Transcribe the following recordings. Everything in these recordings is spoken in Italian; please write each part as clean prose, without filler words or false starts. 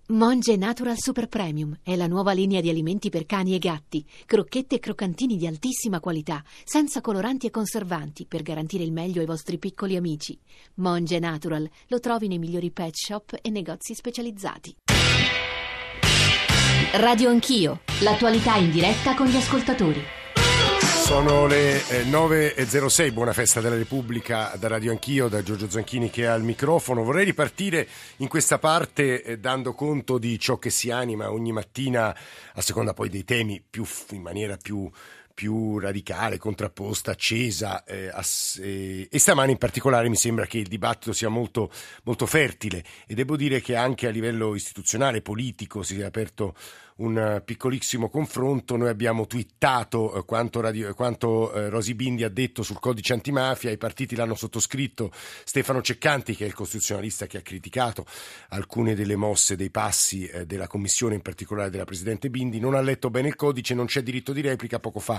Monge Natural Super Premium è la nuova linea di alimenti per cani e gatti, crocchette e croccantini di altissima qualità, senza coloranti e conservanti, per garantire il meglio ai vostri piccoli amici. Monge Natural lo trovi nei migliori pet shop e negozi specializzati. Radio Anch'io, l'attualità in diretta con gli ascoltatori. Sono le 9.06, buona festa della Repubblica da Radio Anch'io, da Giorgio Zanchini che è al microfono. Vorrei ripartire in questa parte dando conto di ciò che si anima ogni mattina, a seconda poi dei temi, in maniera più radicale, contrapposta, accesa, e stamani in particolare mi sembra che il dibattito sia molto, molto fertile, e devo dire che anche a livello istituzionale, politico, si è aperto un piccolissimo confronto. Noi abbiamo twittato quanto Rosy Bindi ha detto sul codice antimafia, i partiti l'hanno sottoscritto. Stefano Ceccanti, che è il costituzionalista che ha criticato alcune delle mosse, dei passi della commissione, in particolare della Presidente Bindi, non ha letto bene il codice, non c'è diritto di replica. Poco fa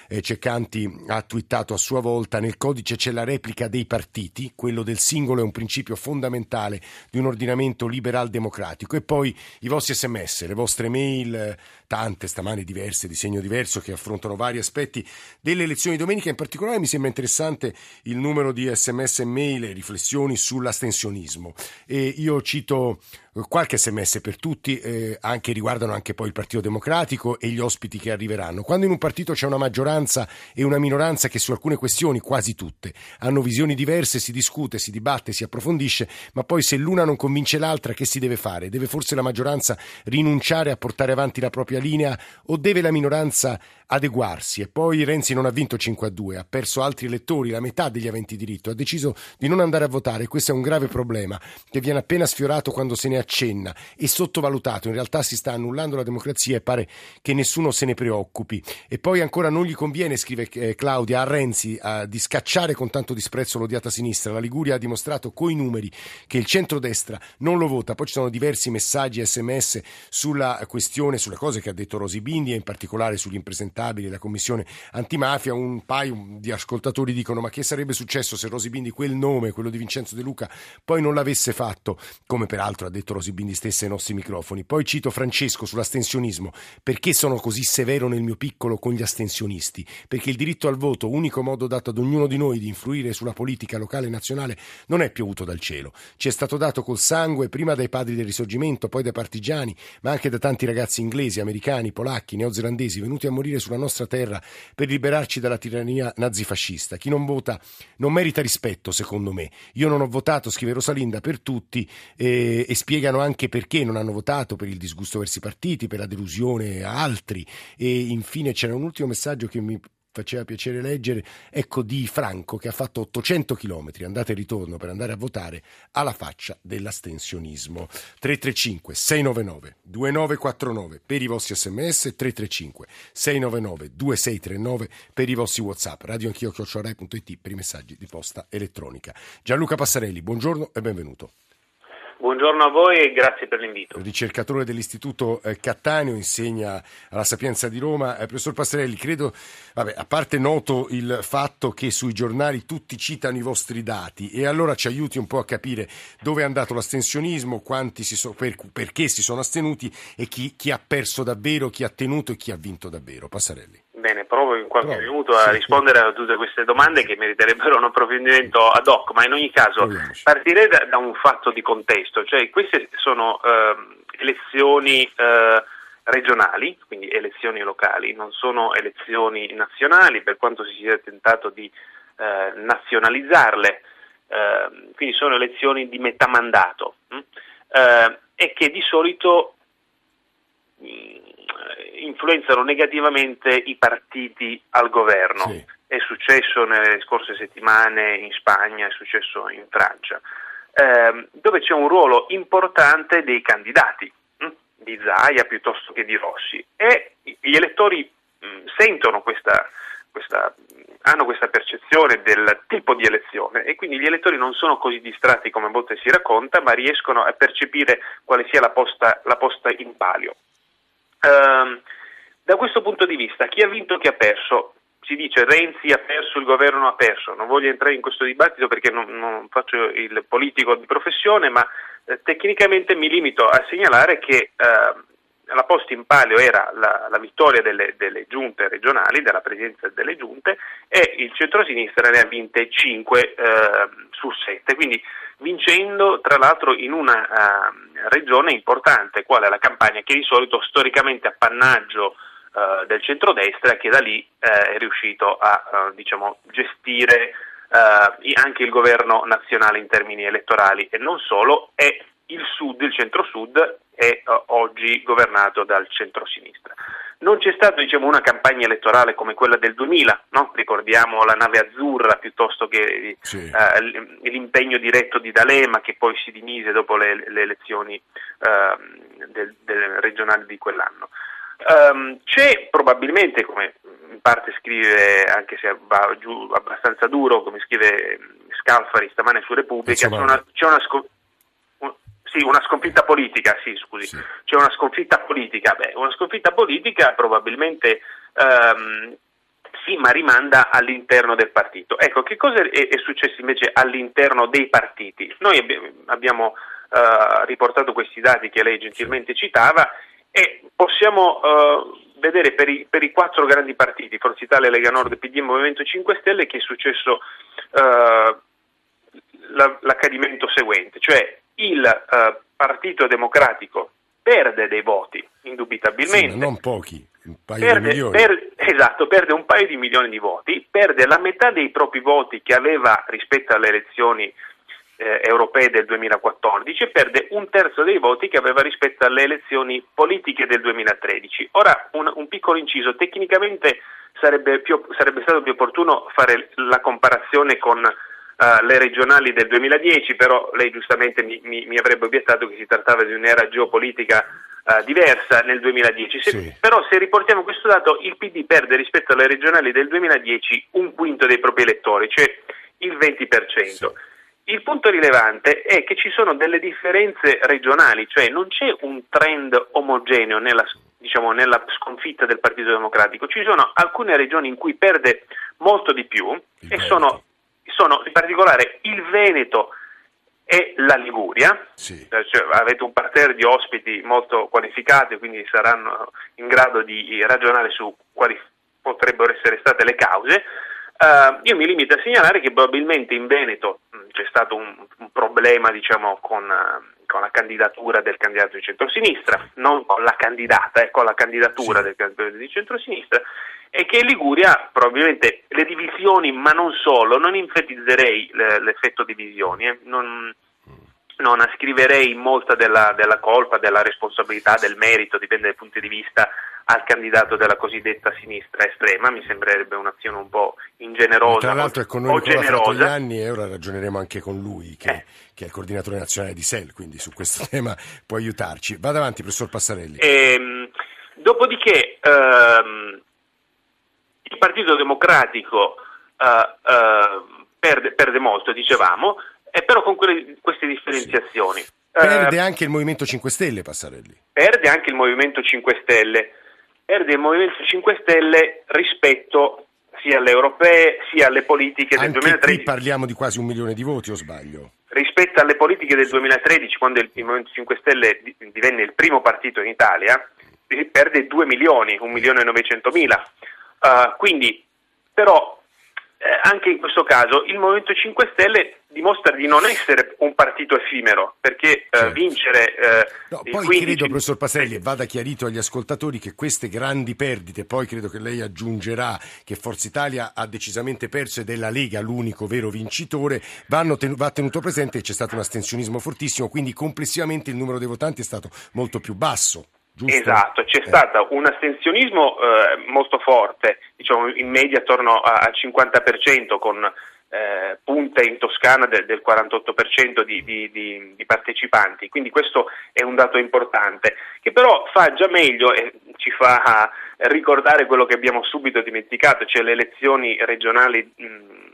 Ceccanti ha twittato a sua volta: nel codice c'è la replica dei partiti, quello del singolo è un principio fondamentale di un ordinamento liberal democratico. E poi i vostri sms, le vostre mail, tante stamane diverse, di segno diverso, che affrontano vari aspetti delle elezioni di domenica. In particolare mi sembra interessante il numero di sms e mail e riflessioni sull'astensionismo, e io cito qualche sms per tutti, riguardano anche poi il Partito Democratico e gli ospiti che arriveranno. Quando in un partito c'è una maggioranza e una minoranza che su alcune questioni, quasi tutte, hanno visioni diverse, si discute, si dibatte, si approfondisce, ma poi se l'una non convince l'altra, che si deve fare? Deve forse la maggioranza rinunciare a portare avanti la propria linea, o deve la minoranza adeguarsi? E poi Renzi non ha vinto 5-2, ha perso altri elettori, la metà degli aventi diritto, ha deciso di non andare a votare. Questo è un grave problema che viene appena sfiorato quando se ne accenna e sottovalutato. In realtà si sta annullando la democrazia e pare che nessuno se ne preoccupi. E poi ancora non gli conviene, scrive Claudia, a Renzi di scacciare con tanto disprezzo l'odiata sinistra. La Liguria ha dimostrato coi numeri che il centrodestra non lo vota. Poi ci sono diversi messaggi sms sulla questione, sulle cose che ha detto Rosy Bindi, e in particolare sugli impresentabili, la commissione antimafia. Un paio di ascoltatori dicono: ma che sarebbe successo se Rosy Bindi quel nome, quello di Vincenzo De Luca, poi non l'avesse fatto, come peraltro ha detto Rosy Bindi stessa ai nostri microfoni. Poi cito Francesco sull'astensionismo: perché sono così severo nel mio piccolo con gli astensionisti? Perché il diritto al voto, unico modo dato ad ognuno di noi di influire sulla politica locale e nazionale, non è piovuto dal cielo. Ci è stato dato col sangue, prima dai padri del Risorgimento, poi dai partigiani, ma anche da tanti ragazzi inglesi, americani, polacchi, neozelandesi, venuti a morire sulla nostra terra per liberarci dalla tirannia nazifascista. Chi non vota non merita rispetto, secondo me. Io non ho votato, scrive Rosalinda, per tutti, e spiegano anche perché non hanno votato: per il disgusto verso i partiti, per la delusione a altri. E infine c'era un ultimo messaggio che mi faceva piacere leggere, ecco, di Franco, che ha fatto 800 chilometri andata e ritorno per andare a votare, alla faccia dell'astensionismo. 335 699 2949 per i vostri sms, 335 699 2639 per i vostri WhatsApp. Radio Anch'io @rai.it per i messaggi di posta elettronica. Gianluca Passarelli, buongiorno e benvenuto. Buongiorno a voi e grazie per l'invito. Ricercatore dell'Istituto Cattaneo, insegna alla Sapienza di Roma. Professor Passarelli, credo, a parte noto il fatto che sui giornali tutti citano i vostri dati, e allora ci aiuti un po' a capire dove è andato l'astensionismo, quanti perché si sono astenuti, e chi ha perso davvero, chi ha tenuto e chi ha vinto davvero. Passarelli. Bene, provo in qualche minuto a rispondere a tutte queste domande che meriterebbero un approfondimento ad hoc, ma in ogni caso partirei da un fatto di contesto, cioè queste sono elezioni regionali, quindi elezioni locali, non sono elezioni nazionali, per quanto si sia tentato di nazionalizzarle, quindi sono elezioni di metà mandato, e che di solito influenzano negativamente i partiti al governo. Sì. È successo nelle scorse settimane in Spagna, è successo in Francia, dove c'è un ruolo importante dei candidati, di Zaia piuttosto che di Rossi, e gli elettori sentono hanno questa percezione del tipo di elezione, e quindi gli elettori non sono così distratti come a volte si racconta, ma riescono a percepire quale sia la posta in palio. Da questo punto di vista, chi ha vinto e chi ha perso si dice Renzi ha perso, il governo ha perso. Non voglio entrare in questo dibattito perché non faccio il politico di professione, ma tecnicamente mi limito a segnalare che la posta in palio era la vittoria delle giunte regionali, della presidenza delle giunte, e il centrosinistra ne ha vinte 5 su 7, quindi vincendo tra l'altro in una regione importante, quale è la Campania, che di solito storicamente appannaggio del centrodestra, che da lì è riuscito a gestire anche il governo nazionale in termini elettorali, e non solo, e il centro-sud è oggi governato dal centro-sinistra. Non c'è stata una campagna elettorale come quella del 2000, no? Ricordiamo la nave azzurra piuttosto che l'impegno diretto di D'Alema, che poi si dimise dopo le elezioni del regionali di quell'anno. C'è probabilmente, come in parte scrive, anche se va giù abbastanza duro, come scrive Scalfari stamane su Repubblica, c'è una sconfitta politica, c'è una sconfitta politica. Una sconfitta politica probabilmente sì, ma rimanda all'interno del partito. Ecco, che cosa è successo invece all'interno dei partiti? Noi abbiamo riportato questi dati che lei gentilmente citava, e possiamo vedere per i 4 grandi partiti, Forza Italia, Lega Nord, PD e Movimento 5 Stelle, che è successo l'accadimento seguente, cioè il Partito Democratico perde dei voti, indubitabilmente. Sì, ma non pochi, un paio di milioni. Perde un paio di milioni di voti, perde la metà dei propri voti che aveva rispetto alle elezioni europee del 2014, e perde un terzo dei voti che aveva rispetto alle elezioni politiche del 2013. Ora, un piccolo inciso: tecnicamente sarebbe stato più opportuno fare la comparazione con le regionali del 2010, però lei giustamente mi avrebbe obiettato che si trattava di un'era geopolitica diversa nel 2010. Però se riportiamo questo dato, il PD perde rispetto alle regionali del 2010 un quinto dei propri elettori, cioè il 20%. Sì. Il punto rilevante è che ci sono delle differenze regionali, cioè non c'è un trend omogeneo nella sconfitta del Partito Democratico. Ci sono alcune regioni in cui perde molto di più, e sono in particolare il Veneto e la Liguria. Sì. Cioè, avete un parterre di ospiti molto qualificati, quindi saranno in grado di ragionare su quali potrebbero essere state le cause. Io mi limito a segnalare che probabilmente in Veneto c'è stato un problema con la candidatura del candidato di centrosinistra, non con la candidata, con la candidatura del candidato di centrosinistra, e che in Liguria probabilmente le divisioni, ma non solo, non enfatizzerei l'effetto divisioni, non ascriverei molta della colpa, della responsabilità, del merito, dipende dai punti di vista, al candidato della cosiddetta sinistra estrema. Mi sembrerebbe un'azione un po' ingenerosa. Tra l'altro è con noi Nicola Fratoianni, e ora ragioneremo anche con lui, che è il coordinatore nazionale di SEL, quindi su questo tema può aiutarci. Vada avanti, professor Passarelli. Dopodiché il Partito Democratico perde molto, dicevamo, e però con queste differenziazioni. Sì. Perde anche il Movimento 5 Stelle, Passarelli. Perde anche il Movimento 5 Stelle. Perde il Movimento 5 Stelle rispetto sia alle europee sia alle politiche del 2013. Qui parliamo di quasi 1 milione di voti, o sbaglio? Rispetto alle politiche del 2013, quando il Movimento 5 Stelle divenne il primo partito in Italia, perde 2 milioni, 1.900.000. Quindi, però, anche in questo caso il Movimento 5 Stelle dimostra di non essere un partito effimero, perché vincere poi 15... credo, professor Passarelli, vada chiarito agli ascoltatori che queste grandi perdite, poi credo che lei aggiungerà che Forza Italia ha decisamente perso ed è la Lega l'unico vero vincitore, va tenuto presente che c'è stato un astensionismo fortissimo, quindi complessivamente il numero dei votanti è stato molto più basso. Giusto? Esatto, c'è stato un astensionismo molto forte, in media attorno al 50%, con punte in Toscana del 48% di partecipanti, quindi questo è un dato importante, che però fa già meglio e ci fa ricordare quello che abbiamo subito dimenticato, cioè le elezioni regionali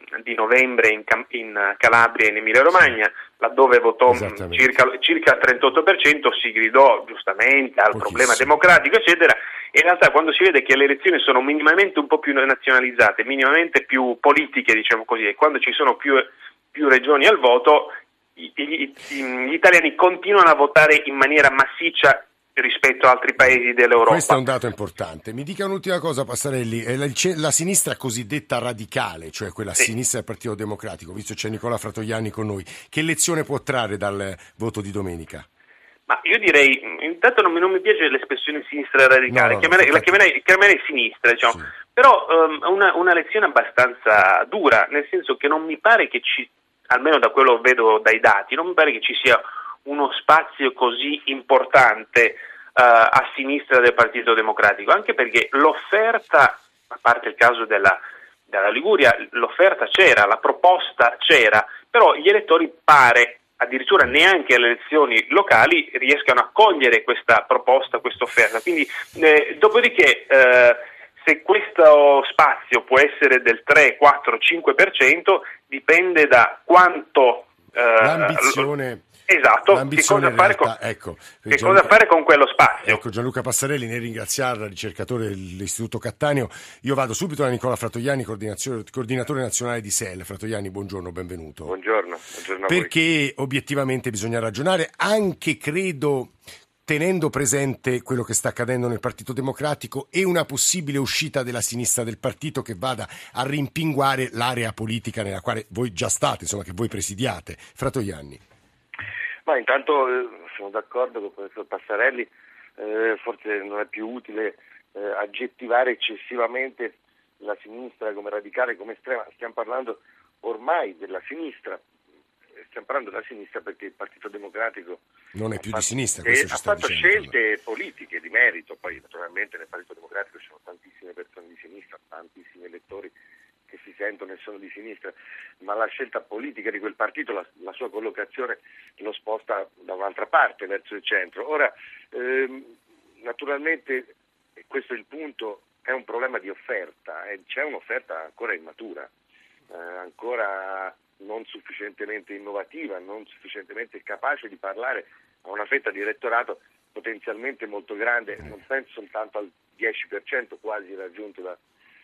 di novembre in Calabria e in Emilia-Romagna, laddove votò circa il 38%, si gridò giustamente al problema democratico, eccetera. In realtà, quando si vede che le elezioni sono minimamente un po' più nazionalizzate, minimamente più politiche, diciamo così, e quando ci sono più regioni al voto, gli italiani continuano a votare in maniera massiccia rispetto a altri paesi dell'Europa. Questo è un dato importante. Mi dica un'ultima cosa, Passarelli, la sinistra cosiddetta radicale, cioè quella sinistra del Partito Democratico, visto c'è Nicola Fratoianni con noi, che lezione può trarre dal voto di domenica? Ma io direi, intanto non mi piace l'espressione sinistra radicale, la chiamerei sinistra, diciamo. Sì. Però una lezione abbastanza dura, nel senso che non mi pare che almeno da quello che vedo dai dati, non mi pare che ci sia uno spazio così importante a sinistra del Partito Democratico, anche perché l'offerta, a parte il caso della Liguria, l'offerta c'era, la proposta c'era, però gli elettori pare, addirittura neanche alle elezioni locali, riescano a cogliere questa proposta, questa offerta. Quindi, dopodiché, se questo spazio può essere del 3, 4, 5%, dipende da quanto l'ambizione. Esatto, l'ambizione che cosa fare con quello spazio. Ecco, Gianluca Passarelli, nel ringraziarla, ricercatore dell'Istituto Cattaneo, io vado subito da Nicola Fratoianni, coordinatore nazionale di SEL. Fratoianni, buongiorno, benvenuto. Buongiorno a voi. Perché obiettivamente bisogna ragionare, anche credo tenendo presente quello che sta accadendo nel Partito Democratico e una possibile uscita della sinistra del partito che vada a rimpinguare l'area politica nella quale voi già state, insomma, che voi presidiate. Fratoianni. Ma intanto sono d'accordo con il professor Passarelli, forse non è più utile aggettivare eccessivamente la sinistra come radicale, come estrema. Stiamo parlando ormai della sinistra, perché il Partito Democratico non è più di sinistra, questo ci sta ha fatto dicendo, scelte politiche di merito. Poi naturalmente nel Partito Democratico ci sono tantissime persone di sinistra, tantissimi elettori che si sentono e sono di sinistra, ma la scelta politica di quel partito, la sua collocazione lo sposta da un'altra parte, verso il centro. Ora, naturalmente, e questo è il punto, è un problema di offerta, c'è un'offerta ancora immatura, ancora non sufficientemente innovativa, non sufficientemente capace di parlare a una fetta di elettorato potenzialmente molto grande, non penso soltanto al 10% quasi raggiunto da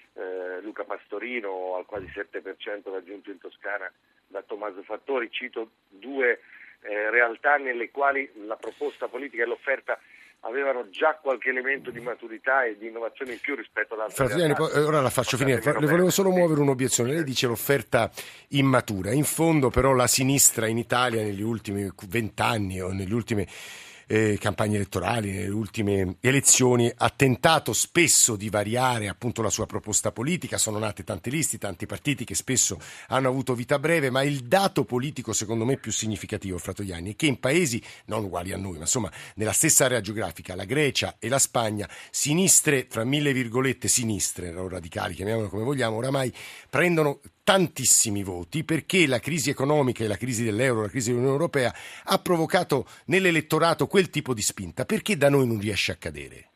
Luca Pastorino o al quasi 7% raggiunto in Toscana da Tommaso Fattori. Cito due realtà nelle quali la proposta politica e l'offerta avevano già qualche elemento di maturità e di innovazione in più rispetto all'altra. Fratelli, ora la faccio finire. Le volevo solo muovere un'obiezione. Lei dice l'offerta immatura. In fondo però la sinistra in Italia negli ultimi 20 anni o negli ultimi campagne elettorali, nelle ultime elezioni, ha tentato spesso di variare appunto la sua proposta politica. Sono nate tante liste, tanti partiti che spesso hanno avuto vita breve, ma il dato politico secondo me più significativo, Fratoianni, è che in paesi non uguali a noi, ma insomma nella stessa area geografica, la Grecia e la Spagna, sinistre, fra mille virgolette sinistre o radicali, chiamiamolo come vogliamo, oramai prendono tantissimi voti perché la crisi economica e la crisi dell'euro, la crisi dell'Unione Europea ha provocato nell'elettorato quel tipo di spinta. Perché da noi non riesce a cadere?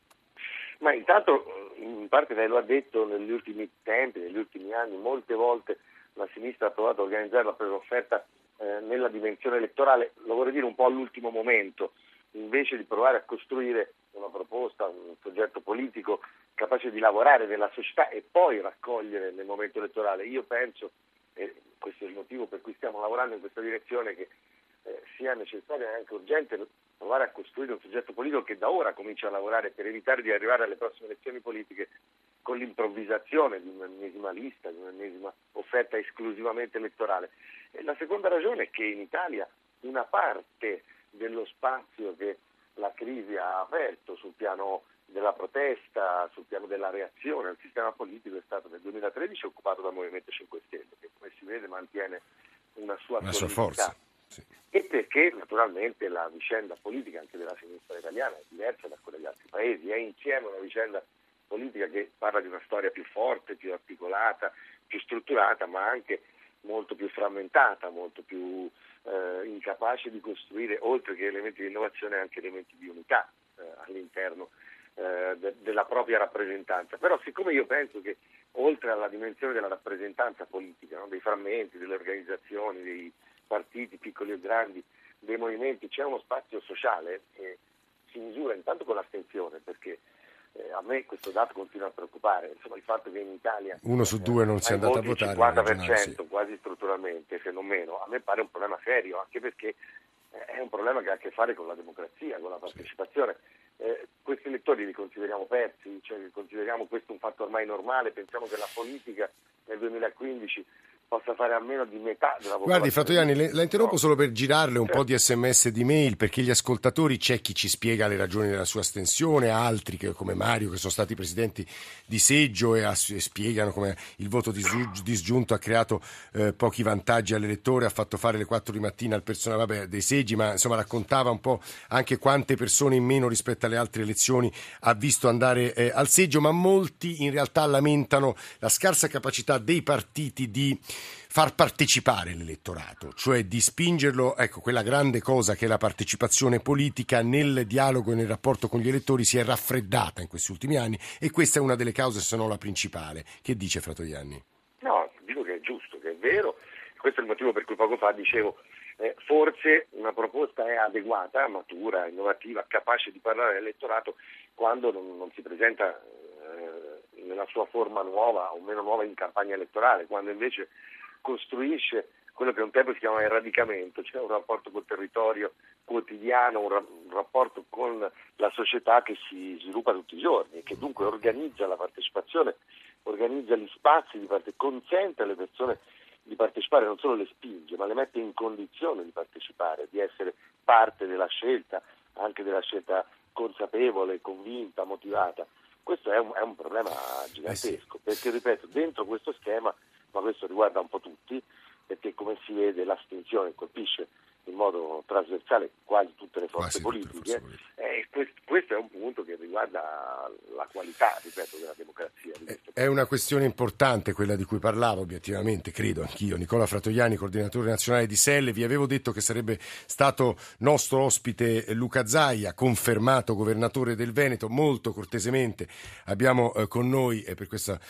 Ma intanto, in parte lei lo ha detto, negli ultimi tempi, negli ultimi anni, molte volte la sinistra ha provato a organizzare la propria offerta nella dimensione elettorale, lo vorrei dire un po' all'ultimo momento, invece di provare a costruire una proposta, un progetto politico capace di lavorare nella società e poi raccogliere nel momento elettorale. Io penso, e questo è il motivo per cui stiamo lavorando in questa direzione, che sia necessario e anche urgente provare a costruire un soggetto politico che da ora comincia a lavorare per evitare di arrivare alle prossime elezioni politiche con l'improvvisazione di un'ennesima lista, di un'ennesima offerta esclusivamente elettorale. E la seconda ragione è che in Italia una parte dello spazio che la crisi ha aperto sul piano della protesta, sul piano della reazione al sistema politico è stato nel 2013 occupato dal Movimento 5 Stelle, che come si vede mantiene una sua forza. Sì. E perché naturalmente la vicenda politica anche della sinistra italiana è diversa da quella di altri paesi, è insieme una vicenda politica che parla di una storia più forte, più articolata, più strutturata, ma anche molto più frammentata, molto più incapace di costruire, oltre che elementi di innovazione, anche elementi di unità all'interno della propria rappresentanza. Però siccome io penso che oltre alla dimensione della rappresentanza politica, no? Dei frammenti, delle organizzazioni, dei partiti piccoli e grandi, dei movimenti, c'è uno spazio sociale che si misura intanto con l'astensione, perché a me questo dato continua a preoccupare, insomma il fatto che in Italia 1 su 2 non si è andato a votare, il 50% quasi strutturalmente, se non meno, a me pare un problema serio, anche perché è un problema che ha a che fare con la democrazia, con la partecipazione. Questi elettori li consideriamo persi, cioè consideriamo questo un fatto ormai normale, pensiamo che la politica nel 2015 possa fare a meno di metà della popolazione. Guardi, Fratoianni, la interrompo solo per girarle un po' di sms e di mail, perché gli ascoltatori, c'è chi ci spiega le ragioni della sua astensione, altri come Mario, che sono stati presidenti di seggio e spiegano come il voto disgiunto ha creato pochi vantaggi all'elettore, ha fatto fare le 4 di mattina al personale dei seggi, ma insomma raccontava un po' anche quante persone in meno rispetto alle altre elezioni ha visto andare al seggio, ma molti in realtà lamentano la scarsa capacità dei partiti di far partecipare l'elettorato, cioè di spingerlo, ecco, quella grande cosa che è la partecipazione politica nel dialogo e nel rapporto con gli elettori si è raffreddata in questi ultimi anni, e questa è una delle cause, se non la principale. Che dice Fratoianni? No, dico che è giusto, che è vero, questo è il motivo per cui poco fa dicevo forse una proposta è adeguata, matura, innovativa, capace di parlare all'elettorato quando non si presenta nella sua forma nuova o meno nuova in campagna elettorale, quando invece costruisce quello che un tempo si chiama eradicamento, cioè un rapporto col territorio quotidiano, un rapporto con la società che si sviluppa tutti i giorni e che dunque organizza la partecipazione, organizza gli spazi di consente alle persone di partecipare, non solo le spinge, ma le mette in condizione di partecipare, di essere parte della scelta, anche della scelta consapevole, convinta, motivata. Questo è un problema gigantesco, perché ripeto, dentro questo schema, ma questo riguarda un po' tutti, perché come si vede l'astensione colpisce in modo trasversale quasi tutte le forze politiche, questo è un punto che riguarda la qualità, ripeto, della democrazia. È una questione importante quella di cui parlavo, obiettivamente, credo anch'io. Nicola Fratoianni, coordinatore nazionale di SEL, vi avevo detto che sarebbe stato nostro ospite Luca Zaia, confermato governatore del Veneto. Molto cortesemente abbiamo con noi, per questa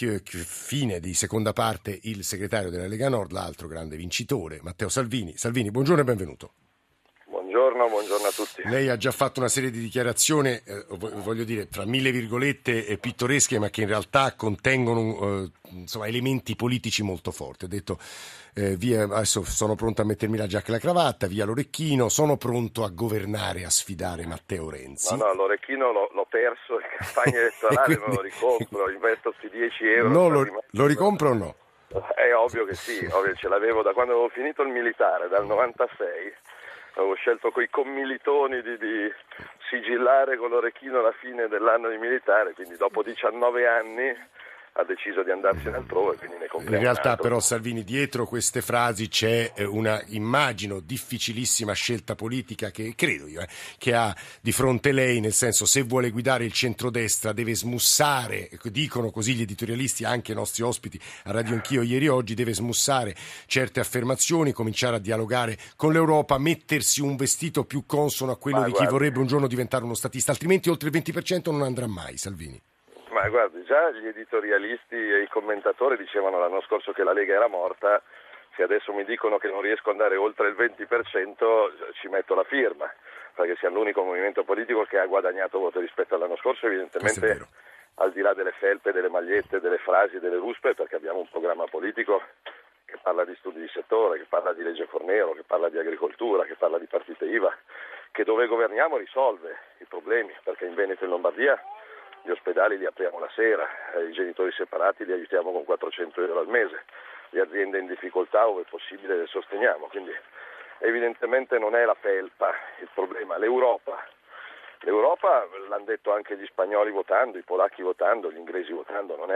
fine di seconda parte, il segretario della Lega Nord, l'altro grande vincitore, Matteo Salvini. Salvini, buongiorno e benvenuto. Buongiorno a tutti. Lei ha già fatto una serie di dichiarazioni, voglio dire, tra mille virgolette pittoresche, ma che in realtà contengono elementi politici molto forti. Ha detto via, adesso sono pronto a mettermi la giacca e la cravatta, via l'orecchino, sono pronto a governare e a sfidare Matteo Renzi. No, l'orecchino l'ho perso in campagna elettorale, quindi... me lo ricompro, investo questi 10 euro. No, lo ricompro o no? È ovvio che sì, ce l'avevo da quando avevo finito il militare, dal 96. Avevo scelto coi commilitoni di sigillare con l'orecchino la fine dell'anno di militare, quindi dopo 19 anni ha deciso di andarsene altrove, quindi ne compriamo. In realtà però, Salvini, dietro queste frasi c'è una, immagino, difficilissima scelta politica che credo io che ha di fronte lei, nel senso, se vuole guidare il centrodestra deve smussare, dicono così gli editorialisti, anche i nostri ospiti a Radio Anch'io ieri e oggi, deve smussare certe affermazioni, cominciare a dialogare con l'Europa, mettersi un vestito più consono a quello di chi vorrebbe un giorno diventare uno statista, altrimenti oltre il 20% non andrà mai, Salvini. Ma guardi, già gli editorialisti e i commentatori dicevano l'anno scorso che la Lega era morta, se adesso mi dicono che non riesco ad andare oltre il 20% ci metto la firma, perché siamo l'unico movimento politico che ha guadagnato voto rispetto all'anno scorso, evidentemente al di là delle felpe, delle magliette, delle frasi, delle ruspe, perché abbiamo un programma politico che parla di studi di settore, che parla di legge Fornero, che parla di agricoltura, che parla di partite IVA, che dove governiamo risolve i problemi, perché in Veneto e in Lombardia gli ospedali li apriamo la sera, i genitori separati li aiutiamo con 400 euro al mese, le aziende in difficoltà ove è possibile le sosteniamo, quindi evidentemente non è la felpa il problema. L'Europa l'hanno detto anche gli spagnoli votando, i polacchi votando, gli inglesi votando, non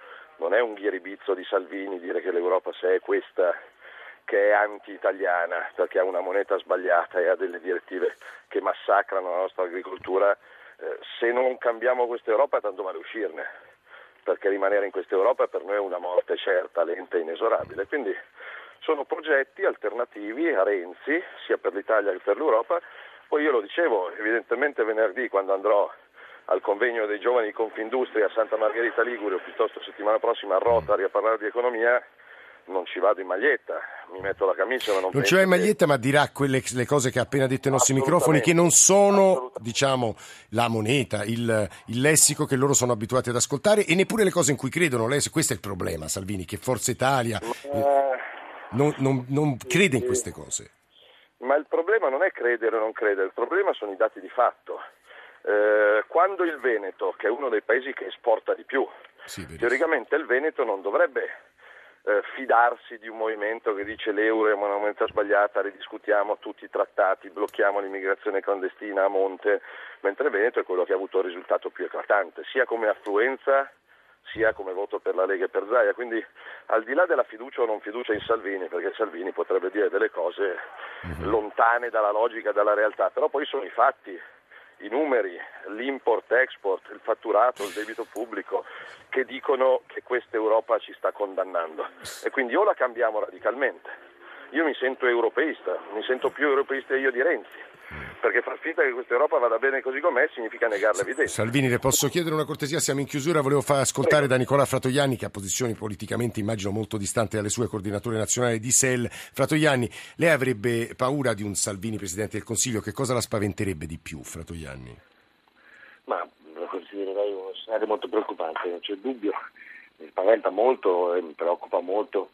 è un ghiribizzo di Salvini dire che l'Europa se è questa che è anti-italiana perché ha una moneta sbagliata e ha delle direttive che massacrano la nostra agricoltura. Se non cambiamo questa Europa tanto vale uscirne, perché rimanere in questa Europa per noi è una morte certa, lenta e inesorabile. Quindi sono progetti alternativi a Renzi, sia per l'Italia che per l'Europa. Poi io lo dicevo, evidentemente venerdì quando andrò al convegno dei giovani di Confindustria a Santa Margherita Ligure o piuttosto settimana prossima a Rotary a parlare di economia, non ci vado in maglietta, mi metto la camicia, ma non ci va in maglietta, ma dirà le cose che ha appena detto ai nostri microfoni, che non sono, diciamo, la moneta, il lessico che loro sono abituati ad ascoltare, e neppure le cose in cui credono. Questo è il problema, Salvini, che Forza Italia non crede in queste cose. Ma il problema non è credere o non credere, il problema sono i dati di fatto. Quando il Veneto, che è uno dei paesi che esporta di più, teoricamente il Veneto non dovrebbe fidarsi di un movimento che dice l'euro è una moneta sbagliata, ridiscutiamo tutti i trattati, blocchiamo l'immigrazione clandestina a monte, mentre il Veneto è quello che ha avuto il risultato più eclatante, sia come affluenza sia come voto per la Lega e per Zaia. Quindi al di là della fiducia o non fiducia in Salvini, perché Salvini potrebbe dire delle cose lontane dalla logica, dalla realtà, però poi sono i fatti, i numeri, l'import-export, il fatturato, il debito pubblico, che dicono che questa Europa ci sta condannando. E quindi o la cambiamo radicalmente. Io mi sento europeista, mi sento più europeista io di Renzi, perché far finta che questa Europa vada bene così com'è significa negare l'evidenza. Salvini, le posso chiedere una cortesia? Siamo in chiusura, volevo far ascoltare da Nicola Fratoianni, che ha posizioni politicamente immagino molto distanti dalle sue, coordinatore nazionale di SEL. Fratoianni, lei avrebbe paura di un Salvini Presidente del Consiglio? Che cosa la spaventerebbe di più, Fratoianni? Ma lo considererei uno scenario molto preoccupante, non c'è dubbio, mi spaventa molto e mi preoccupa molto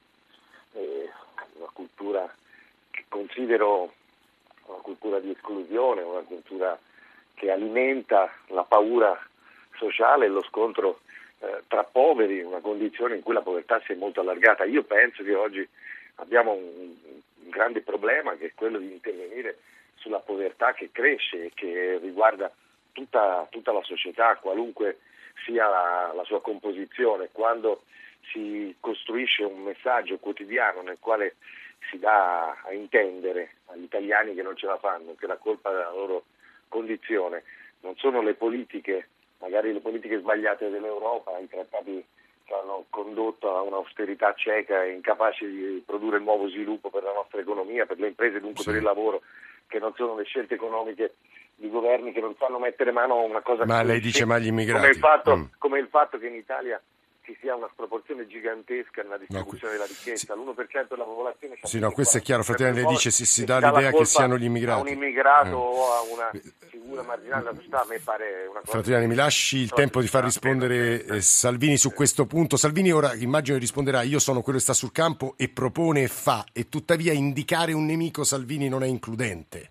una cultura che considero una cultura di esclusione, una cultura che alimenta la paura sociale e lo scontro tra poveri, una condizione in cui la povertà si è molto allargata. Io penso che oggi abbiamo un grande problema, che è quello di intervenire sulla povertà che cresce e che riguarda tutta la società, qualunque sia la sua composizione. Quando si costruisce un messaggio quotidiano nel quale si dà a intendere agli italiani che non ce la fanno, che la colpa della loro condizione non sono le politiche, magari le politiche sbagliate dell'Europa, i trattati che hanno condotto a un'austerità cieca e incapace di produrre nuovo sviluppo per la nostra economia, per le imprese, dunque per il lavoro, che non sono le scelte economiche di governi che non sanno mettere mano a una cosa. Ma lei dice mai gli immigrati. Come il fatto che in Italia ci sia una sproporzione gigantesca nella distribuzione della ricchezza, l'1% della popolazione. Sì, no, questo è chiaro. Fratelli, lei dice si dà l'idea che siano gli immigrati. A un immigrato o a una figura marginale della società, a me pare una cosa. Fratelli, mi lasci il tempo di far rispondere Salvini su questo punto. Salvini ora immagino risponderà: io sono quello che sta sul campo e propone e fa, e tuttavia indicare un nemico Salvini non è includente.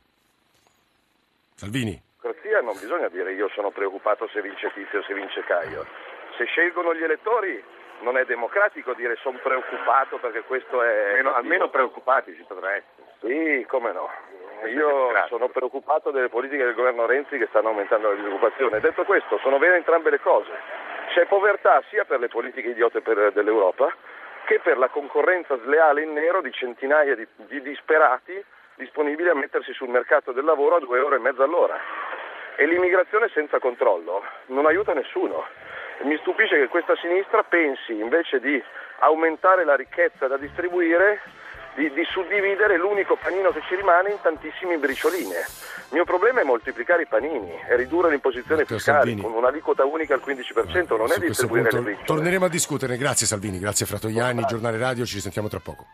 Salvini? Non bisogna dire io sono preoccupato se vince Tizio o se vince Caio. Se scelgono gli elettori non è democratico dire sono preoccupato, perché questo è... Almeno preoccupati si potrà essere. Sì, come no. Io sono preoccupato delle politiche del governo Renzi che stanno aumentando la disoccupazione. Detto questo, sono vere entrambe le cose. C'è povertà sia per le politiche idiote dell'Europa che per la concorrenza sleale in nero di centinaia di disperati disponibili a mettersi sul mercato del lavoro a 2,50 euro all'ora. E l'immigrazione senza controllo non aiuta nessuno. Mi stupisce che questa sinistra pensi, invece di aumentare la ricchezza da distribuire, di suddividere l'unico panino che ci rimane in tantissimi bricioline. Il mio problema è moltiplicare i panini e ridurre l'imposizione fiscale Salvini, con un'aliquota unica al 15%, non è distribuire le briciole. Torneremo a discuterne. Grazie Salvini, grazie Fratoianni, Giornale Radio, ci risentiamo tra poco.